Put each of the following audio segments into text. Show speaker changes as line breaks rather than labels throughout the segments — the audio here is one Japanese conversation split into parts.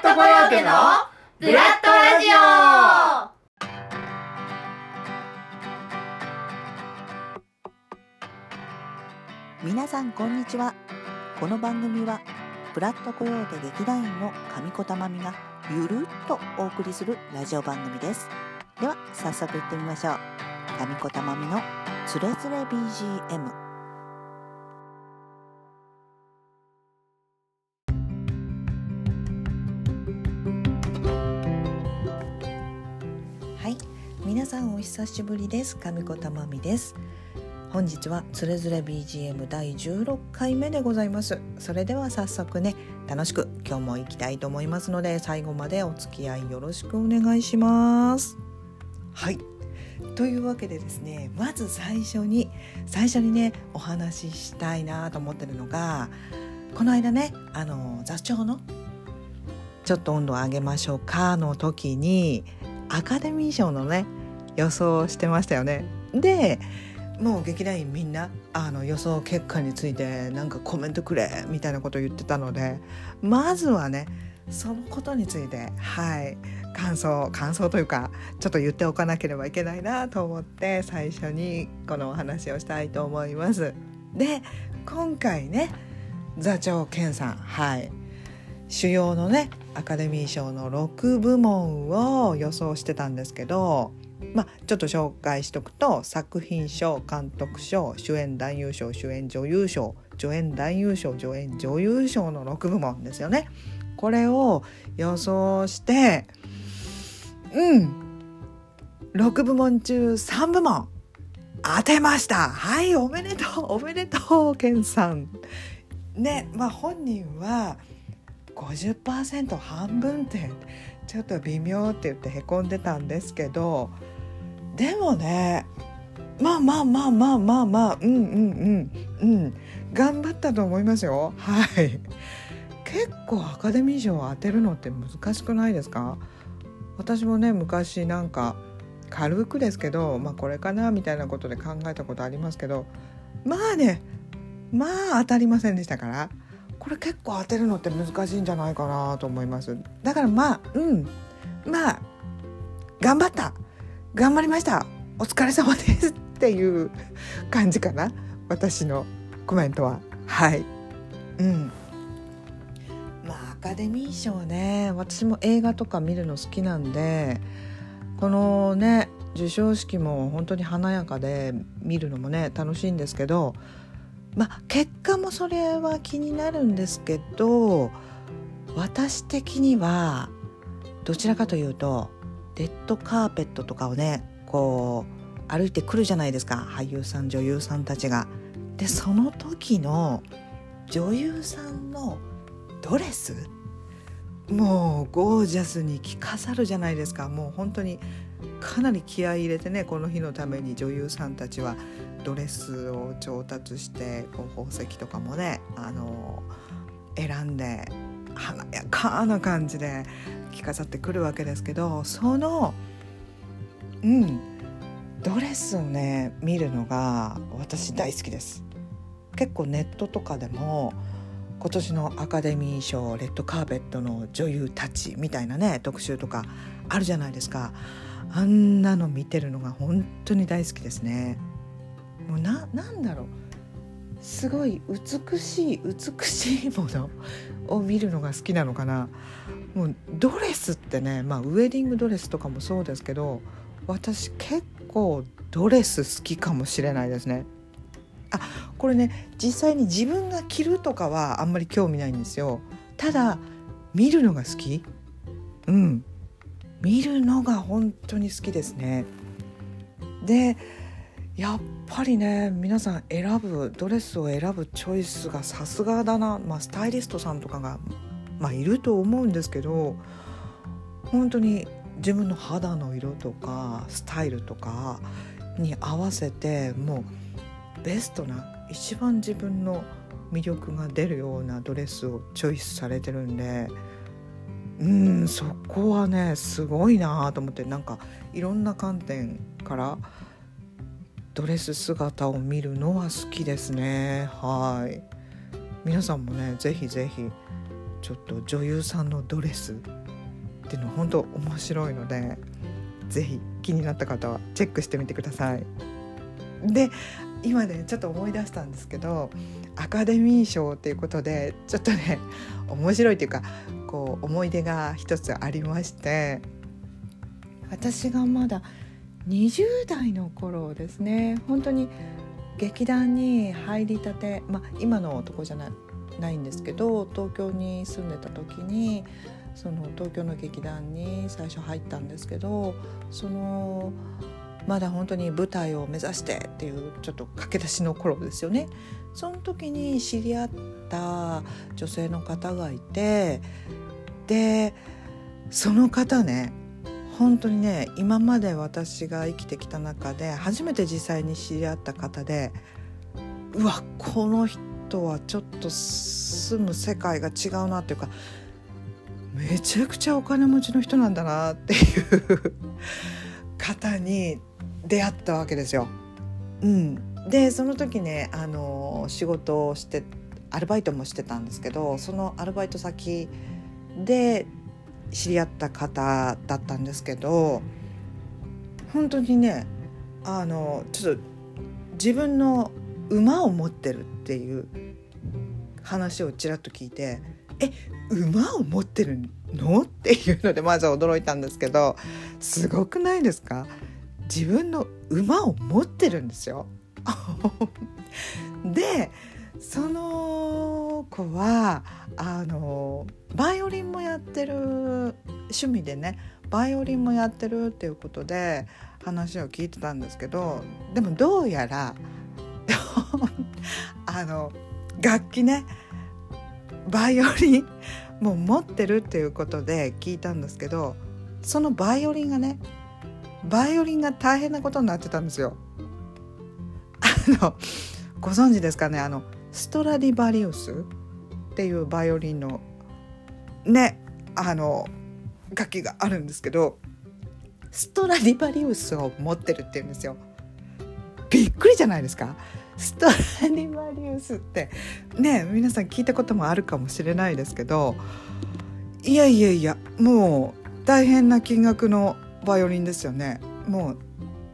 トコヨーテのブラッドラジオ。
皆さんこんにちは。この番組はブラッドコヨーテ劇団員の上子たまみがゆるっとお送りするラジオ番組です。では早速いってみましょう。上子たまみのつれづれ BGM。 はい、皆さんお久しぶりです。上子たまみです。本日はつれづれ BGM 第16回目でございます。それでは早速ね、楽しく今日も行きたいと思いますので、最後までお付き合いよろしくお願いします。はい、というわけでですね、まず最初にねお話ししたいなと思ってるのが、この間ね座長のちょっと温度を上げましょうかの時にアカデミー賞のね予想をしてましたよね。でもう劇団員みんな予想結果についてなんかコメントくれみたいなことを言ってたので、まずはねそのことについて感想というかちょっと言っておかなければいけないなと思って最初にこのお話をしたいと思います。で今回ね座長健さん、主要のねアカデミー賞の6部門を予想してたんですけど、ちょっと紹介しとくと、作品賞、監督賞、主演男優賞、主演女優賞、助演男優賞、助演女優賞の6部門ですよね。これを予想して6部門中3部門当てました。はい、おめでとうケンさんね。本人は 50% 半分ってちょっと微妙って言ってへこんでたんですけど、でもね頑張ったと思いますよ。結構アカデミー賞を当てるのって難しくないですか？私もね昔なんか軽くですけど、これかなみたいなことで考えたことありますけど、当たりませんでしたから、これ結構当てるのって難しいんじゃないかなと思います。だから頑張りました、お疲れ様ですっていう感じかな、私のコメントは。アカデミー賞ね、私も映画とか見るの好きなんで、このね授賞式も本当に華やかで見るのもね楽しいんですけど、結果もそれは気になるんですけど、私的にはどちらかというとレッドカーペットとかをねこう歩いてくるじゃないですか、俳優さん女優さんたちが。でその時の女優さんのドレス、もうゴージャスに着飾るじゃないですか。もう本当にかなり気合い入れてね、この日のために女優さんたちはドレスを調達して、宝石とかもね選んで華やかな感じで着飾ってくるわけですけど、そのドレスをね見るのが私大好きです。結構ネットとかでも今年のアカデミー賞レッドカーペットの女優たちみたいなね特集とかあるじゃないですか。あんなの見てるのが本当に大好きですね。もうなんだろう、すごい美しいものを見るのが好きなのかな。もうドレスってね、ウェディングドレスとかもそうですけど、私結構ドレス好きかもしれないですね。これね実際に自分が着るとかはあんまり興味ないんですよ。ただ見るのが好き。見るのが本当に好きですね。でやっぱりね皆さんドレスを選ぶチョイスがさすがだな。スタイリストさんとかがいると思うんですけど、本当に自分の肌の色とかスタイルとかに合わせて、もうベストな一番自分の魅力が出るようなドレスをチョイスされてるんで、そこはねすごいなと思って、なんかいろんな観点からドレス姿を見るのは好きですね。皆さんもねぜひぜひちょっと女優さんのドレスっていうのは本当面白いので、ぜひ気になった方はチェックしてみてください。で今ねちょっと思い出したんですけど、アカデミー賞っていうことでちょっとね面白いというかこう思い出が一つありまして、私がまだ20代の頃ですね、本当に劇団に入りたて、今のとこじゃないんですけど、東京に住んでた時にその東京の劇団に最初入ったんですけど、そのまだ本当に舞台を目指してっていうちょっと駆け出しの頃ですよね。その時に知り合った女性の方がいて、でその方ね本当にね今まで私が生きてきた中で初めて実際に知り合った方で、うわこの人はちょっと住む世界が違うなっていうか、めちゃくちゃお金持ちの人なんだなっていう方に出会ったわけですよ。でその時ね仕事をしてアルバイトもしてたんですけど、そのアルバイト先で知り合った方だったんですけど、本当にねちょっと自分の馬を持ってるっていう話をちらっと聞いて、馬を持ってるのっていうのでまず驚いたんですけど、すごくないですか？自分の馬を持ってるんですよでその子はバイオリンもやってる、趣味でねバイオリンもやってるっていうことで話を聞いてたんですけど、でもどうやら楽器ねバイオリンもう持ってるっていうことで聞いたんですけど、そのバイオリンが大変なことになってたんですよ。ご存知ですかね、ストラディバリウスっていうバイオリンのね楽器があるんですけど、ストラディバリウスを持ってるっていうんですよ。びっくりじゃないですか。ストラディバリウスってね皆さん聞いたこともあるかもしれないですけど、いやもう大変な金額のバイオリンですよね。もう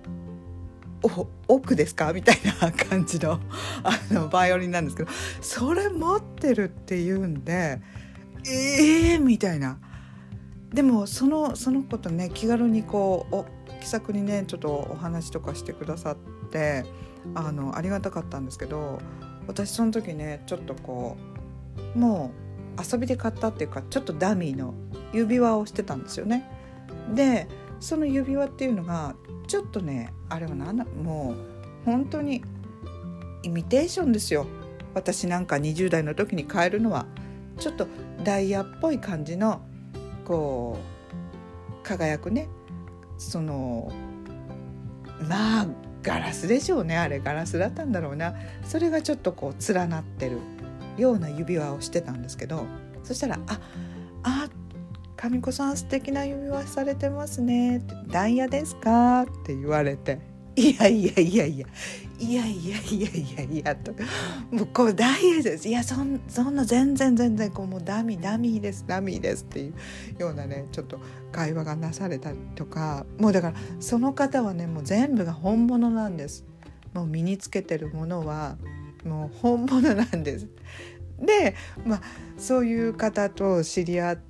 奥ですかみたいな感じのバイオリンなんですけど、それ持ってるっていうんでみたいな。でもその子とね気軽に気さくにねちょっとお話とかしてくださってありがたかったんですけど、私その時ねちょっともう遊びで買ったっていうかちょっとダミーの指輪をしてたんですよね。でその指輪っていうのがちょっとねあれはもう本当にイミテーションですよ。私なんか20代の時に買えるのはちょっとダイヤっぽい感じの輝くね、ガラスでしょうね。あれガラスだったんだろうな。それがちょっと連なってるような指輪をしてたんですけど、そしたら神子さん素敵な指輪されてますねって、ダイヤですかって言われて、いやと、もうダイヤです、いやそんな全然もうダミーですっていうようなねちょっと会話がなされたりとか、もうだからその方はねもう全部が本物なんです。もう身につけてるものはもう本物なんです。でそういう方と知り合って、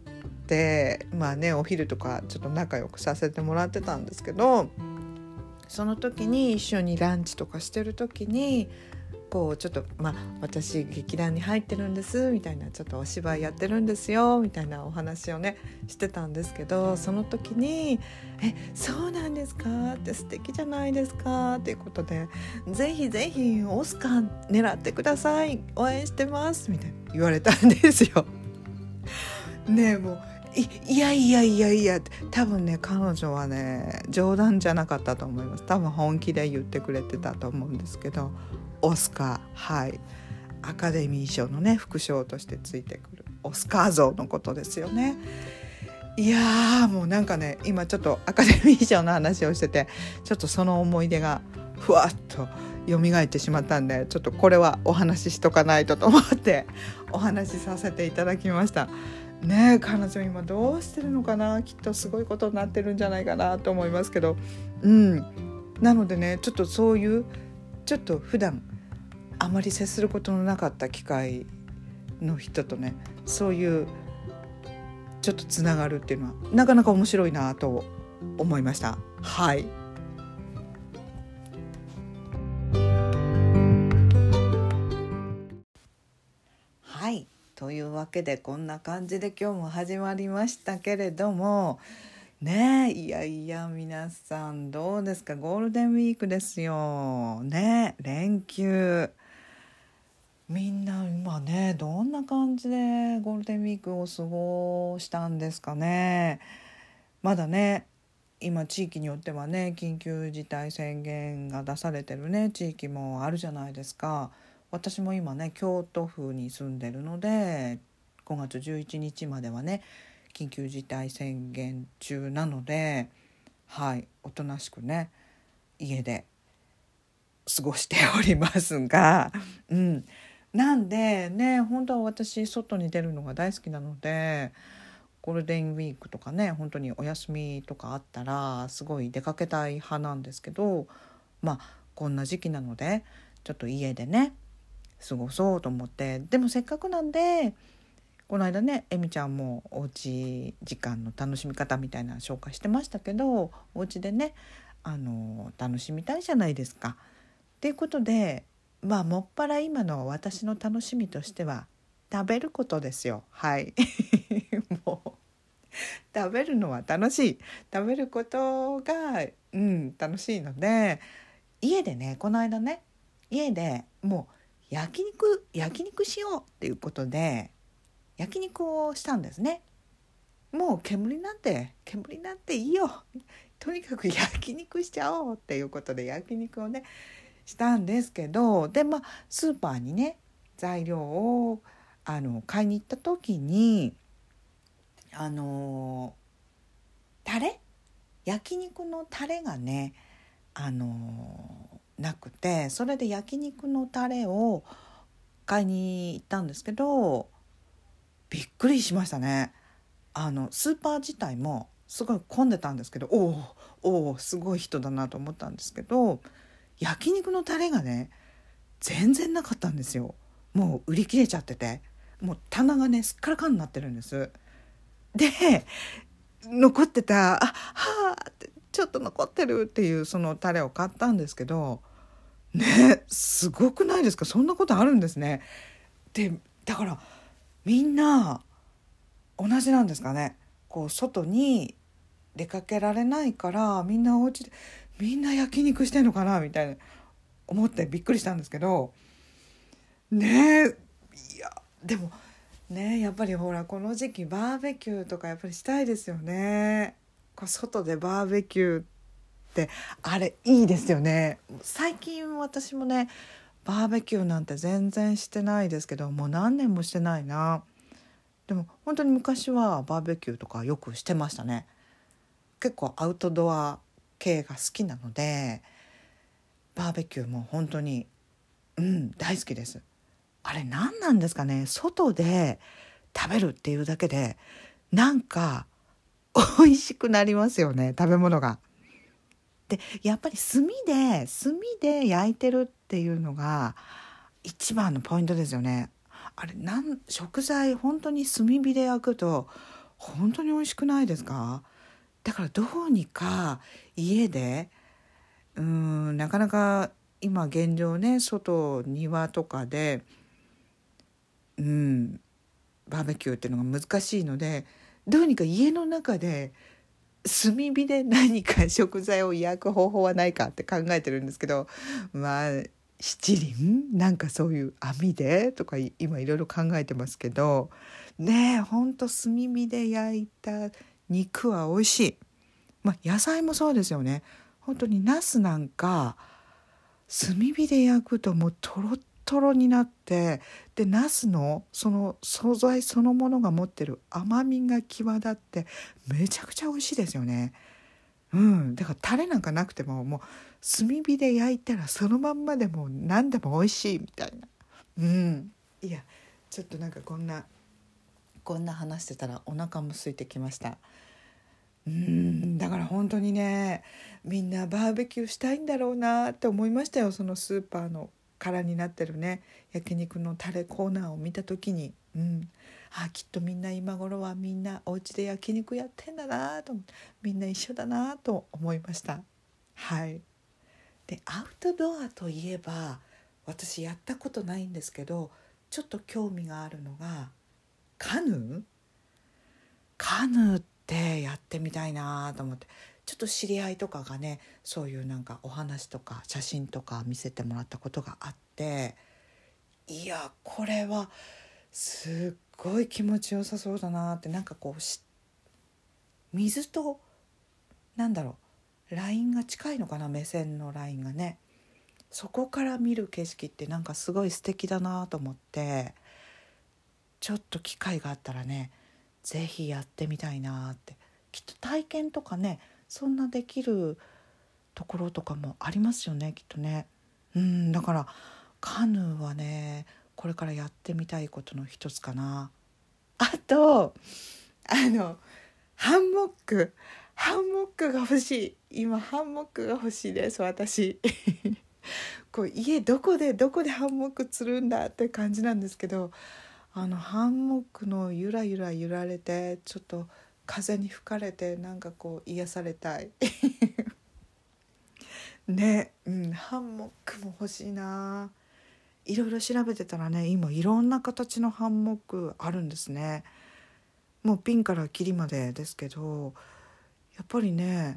お昼とかちょっと仲良くさせてもらってたんですけど、その時に一緒にランチとかしてる時にちょっと私劇団に入ってるんですみたいな、ちょっとお芝居やってるんですよみたいなお話をねしてたんですけど、その時にそうなんですかって素敵じゃないですかっていうことで、ぜひオスカー狙ってください、応援してますみたいな言われたんですよ。ねえもういや多分ね彼女はね冗談じゃなかったと思います。多分本気で言ってくれてたと思うんですけど、オスカー、アカデミー賞のね副賞としてついてくるオスカー像のことですよね。いやもうなんかね今ちょっとアカデミー賞の話をしててちょっとその思い出がふわっと蘇ってしまったんで、ちょっとこれはお話ししとかないとと思ってお話しさせていただきましたね。彼女今どうしてるのかな、きっとすごいことになってるんじゃないかなと思いますけど、なのでね、ちょっとそういうちょっと普段あまり接することのなかった機会の人とね、そういうちょっとつながるっていうのはなかなか面白いなと思いました。はい。はい、というわけでこんな感じで今日も始まりましたけれどもね、いやいや皆さんどうですか。ゴールデンウィークですよね、連休。みんな今ねどんな感じでゴールデンウィークを過ごしたんですかね。まだね、今地域によってはね緊急事態宣言が出されてるね地域もあるじゃないですか。私も今ね京都府に住んでるので5月11日まではね緊急事態宣言中なので、はい、おとなしくね家で過ごしておりますが、なんでね、本当は私外に出るのが大好きなので、ゴールデンウィークとかね本当にお休みとかあったらすごい出かけたい派なんですけど、こんな時期なのでちょっと家でね過ごそうと思って、でもせっかくなんでこの間ねエミちゃんもおうち時間の楽しみ方みたいな紹介してましたけど、お家でね楽しみたいじゃないですか。ということでもっぱら今の私の楽しみとしては食べることですよ。はいもう食べるのは楽しい、食べることが、楽しいので、家でねこの間ね家でもう焼肉しようっていうことで焼肉をしたんですね。もう煙なんていいよ、とにかく焼肉しちゃおうっていうことで焼肉をねしたんですけど、でスーパーにね材料を買いに行った時にタレ、焼肉のタレがねなくて、それで焼肉のタレを買いに行ったんですけど、びっくりしましたね。スーパー自体もすごい混んでたんですけど、おすごい人だなと思ったんですけど、焼肉のタレがね全然なかったんですよ。もう売り切れちゃってて、もう棚がねすっからかんになってるんです。で残ってたってちょっと残ってるっていうそのタレを買ったんですけどね、すごくないですか。そんなことあるんですね。でだからみんな同じなんですかね。こう外に出かけられないからみんなお家でみんな焼肉してんのかなみたいな思ってびっくりしたんですけどね。いやでもね、やっぱりほらこの時期バーベキューとかやっぱりしたいですよね。こう外でバーベキューってあれいいですよね。最近私もねバーベキューなんて全然してないですけど、もう何年もしてないな。でも本当に昔はバーベキューとかよくしてましたね。結構アウトドア系が好きなのでバーベキューも本当に大好きです。あれ何なんですかね、外で食べるっていうだけでなんか美味しくなりますよね、食べ物が。でやっぱり炭で焼いてるっていうのが一番のポイントですよね。あれ食材本当に炭火で焼くと本当に美味しくないですか。だからどうにか家でなかなか今現状ね庭とかでバーベキューっていうのが難しいので、どうにか家の中で炭火で何か食材を焼く方法はないかって考えてるんですけど、七輪なんかそういう網でとか今いろいろ考えてますけどね。ほんと炭火で焼いた肉は美味しい。野菜もそうですよね。本当にナスなんか炭火で焼くともうトロットロになって、でナスのその素材そのものが持ってる甘みが際立ってめちゃくちゃ美味しいですよね。 だからタレなんかなくてももう炭火で焼いたらそのまんまでも何でも美味しいみたいな。いやちょっとなんかこんな話してたらお腹も空いてきました。だから本当にね、みんなバーベキューしたいんだろうなって思いましたよ。そのスーパーの空になってるね焼肉のタレコーナーを見た時に、きっとみんな今頃はみんなお家で焼肉やってんだなと思って、みんな一緒だなと思いました。でアウトドアといえば私やったことないんですけど、ちょっと興味があるのがカヌーってやってみたいなと思って、ちょっと知り合いとかがねそういうなんかお話とか写真とか見せてもらったことがあって、いやこれはすっごい気持ちよさそうだなって、なんかこう水とラインが近いのかな、目線のラインがね、そこから見る景色ってなんかすごい素敵だなと思って、ちょっと機会があったらねぜひやってみたいなって。きっと体験とかねそんなできるところとかもありますよねきっとね。だからカヌーはねこれからやってみたいことの一つかな。あとハンモックが欲しい。今ハンモックが欲しいです私こう家どこでハンモック釣るんだって感じなんですけど、ハンモックのゆらゆら揺られてちょっと風に吹かれてなんかこう癒されたいね、ハンモックも欲しいな。いろいろ調べてたらね今いろんな形のハンモックあるんですね。もうピンからキリまでですけど、やっぱりね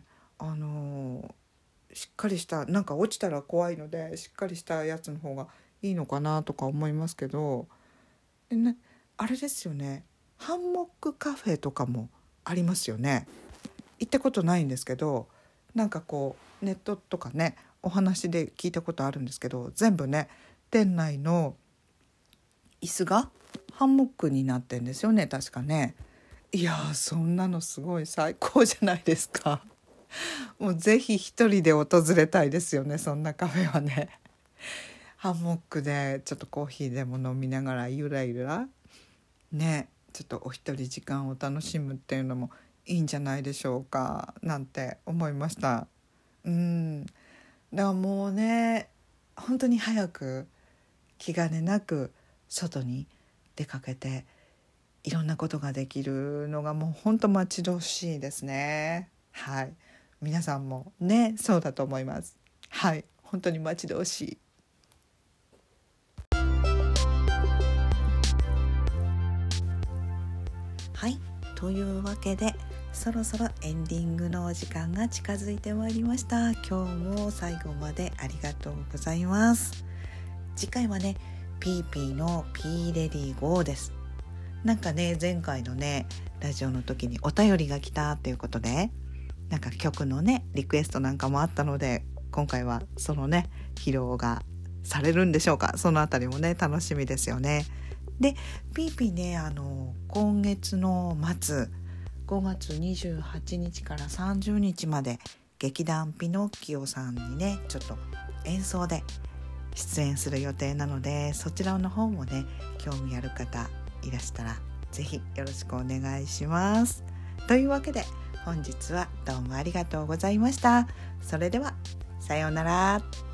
しっかりしたなんか落ちたら怖いのでしっかりしたやつの方がいいのかなとか思いますけど、でね、あれですよね、ハンモックカフェとかもありますよね。行ったことないんですけど、なんかこうネットとかねお話で聞いたことあるんですけど、全部ね店内の椅子がハンモックになってんですよね確かね。いやそんなのすごい最高じゃないですかもうぜひ一人で訪れたいですよねそんなカフェはね。ハンモックでちょっとコーヒーでも飲みながらゆらゆらね、ちょっとお一人時間を楽しむっていうのもいいんじゃないでしょうかなんて思いました。だからもうね本当に早く気兼ねなく外に出かけていろんなことができるのがもう本当待ち遠しいですね。皆さんもねそうだと思います。本当に待ち遠しい。というわけでそろそろエンディングのお時間が近づいてまいりました。今日も最後までありがとうございます。次回はねピーピーのピーレディーゴーです。なんかね前回のねラジオの時にお便りが来たということで、なんか曲のねリクエストなんかもあったので、今回はそのね披露がされるんでしょうか。そのあたりもね楽しみですよね。でピーピーね今月の末5月28日から30日まで劇団ピノッキオさんにねちょっと演奏で出演する予定なので、そちらの方もね興味ある方いらしたらぜひよろしくお願いします。というわけで本日はどうもありがとうございました。それではさようなら。